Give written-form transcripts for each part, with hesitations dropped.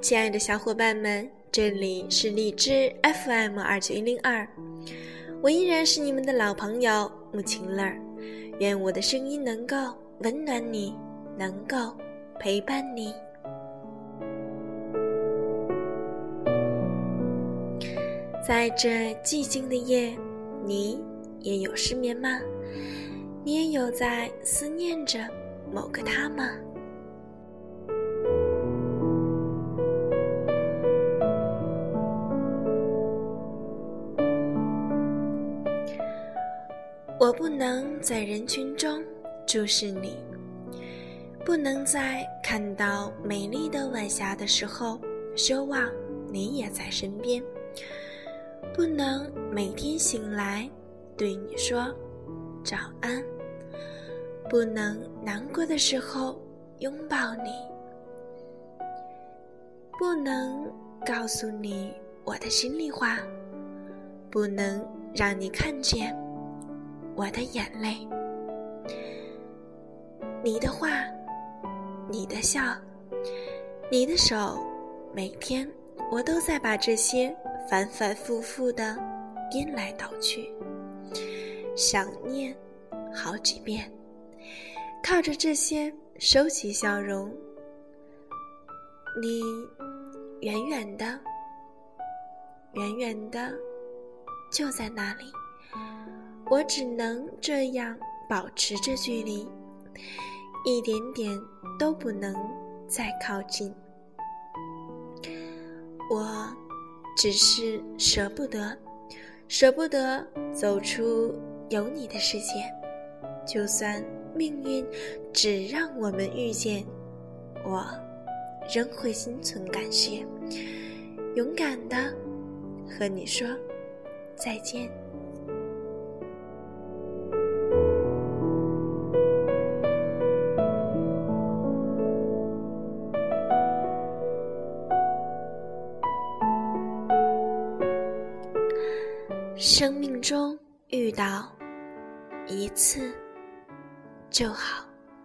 亲爱的小伙伴们，这里是荔枝 FM29102，我依然是你们的老朋友木晴乐，愿我的声音能够温暖你，能够陪伴你。在这寂静的夜，你也有失眠吗？你也有在思念着某个他吗？我不能在人群中注视你，不能在看到美丽的晚霞的时候奢望你也在身边，不能每天醒来对你说早安，不能难过的时候拥抱你，不能告诉你我的心里话，不能让你看见我的眼泪。你的话，你的笑，你的手，每天我都在把这些反反复复的颠来倒去，想念好几遍，靠着这些收集笑容。你远远的就在那里，我只能这样保持着距离，一点点都不能再靠近。我只是舍不得走出有你的世界，就算命运只让我们遇见，我仍会心存感谢，勇敢地和你说再见。生命中遇到一次就好。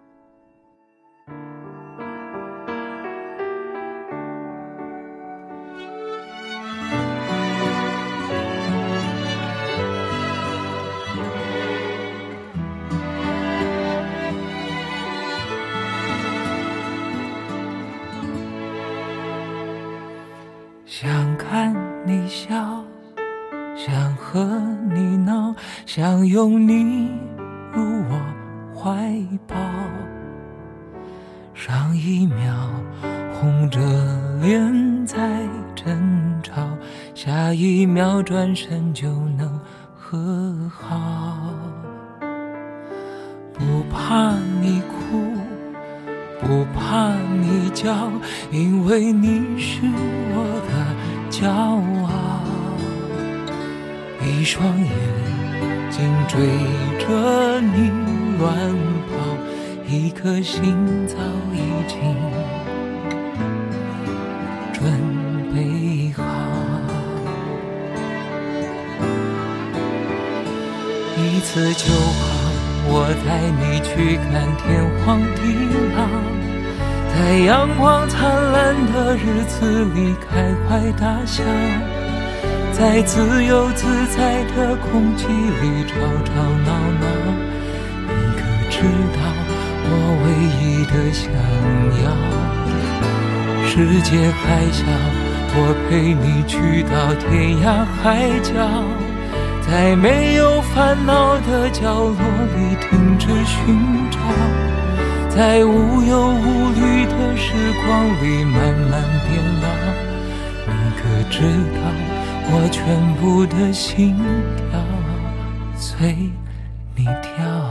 想看你笑，想和你闹，想拥你入我怀抱，上一秒红着脸在争吵，下一秒转身就能和好。不怕你哭，不怕你叫，因为你是我的骄傲。一双眼睛追着你乱跑，一颗心早已经准备好。一次就好，我带你去看天荒地老，在阳光灿烂的日子里开怀大笑，在自由自在的空气里吵吵闹闹。你可知道我唯一的想要，世界还小，我陪你去到天涯海角，在没有烦恼的角落里停止寻找，在无忧无虑的时光里慢慢变老。你可知道我全部的心跳随你跳。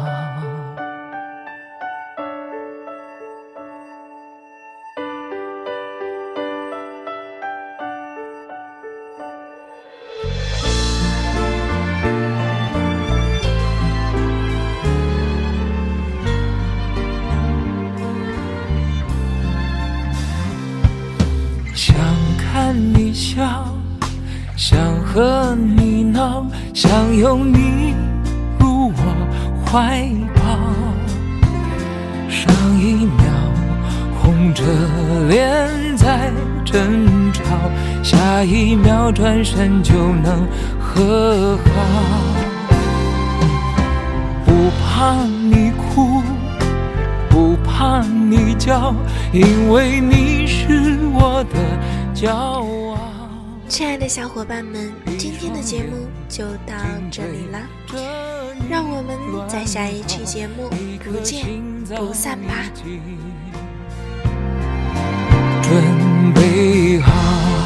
想看你笑，想和你闹，想拥你入我怀抱，上一秒红着脸在争争吵，下一秒转身就能和好。不怕你哭，不怕你叫，因为你是我的骄傲。 亲爱的小伙伴们，今天的节目就到这里了，让我们在下一期节目不见不散吧。 准备好，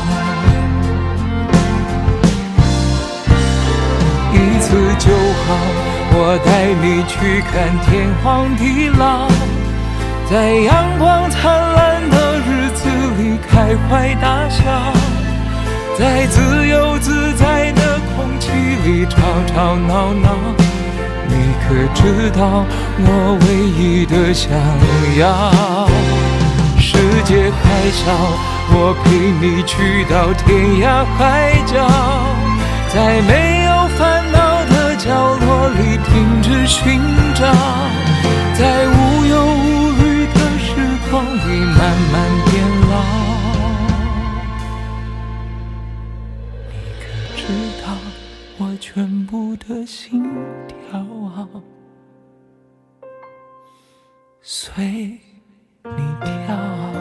一次就好，我带你去看天荒地老，在阳光灿烂的日子里开怀大笑，在自由自在的空气里吵吵闹闹，你可知道我唯一的想要？世界还小，我陪你去到天涯海角，在没有烦恼的角落里停止寻找，在无忧无虑的时光里慢慢变老。你可知道我全部的心跳啊，随你跳。